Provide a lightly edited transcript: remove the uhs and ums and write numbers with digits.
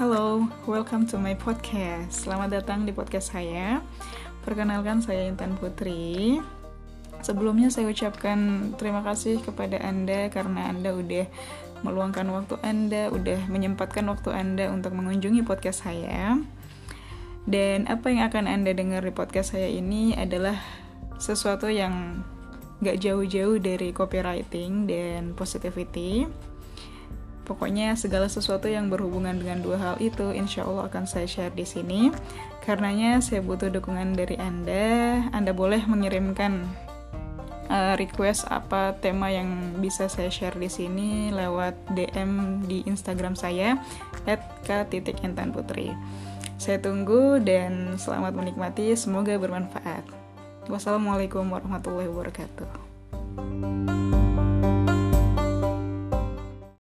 Halo, welcome to my podcast. Selamat datang di podcast saya. Perkenalkan, saya Intan Putri. Sebelumnya saya ucapkan terima kasih kepada Anda karena Anda udah meluangkan waktu Anda, udah menyempatkan waktu Anda untuk mengunjungi podcast saya. Dan apa yang akan Anda dengar di podcast saya ini adalah sesuatu yang gak jauh-jauh dari copywriting dan positivity. Pokoknya segala sesuatu yang berhubungan dengan dua hal itu insya Allah akan saya share di sini. Karenanya saya butuh dukungan dari Anda. Anda boleh mengirimkan request apa tema yang bisa saya share di sini lewat DM di Instagram saya @k.intanputri. Saya tunggu dan selamat menikmati. Semoga bermanfaat. Wassalamualaikum warahmatullahi wabarakatuh.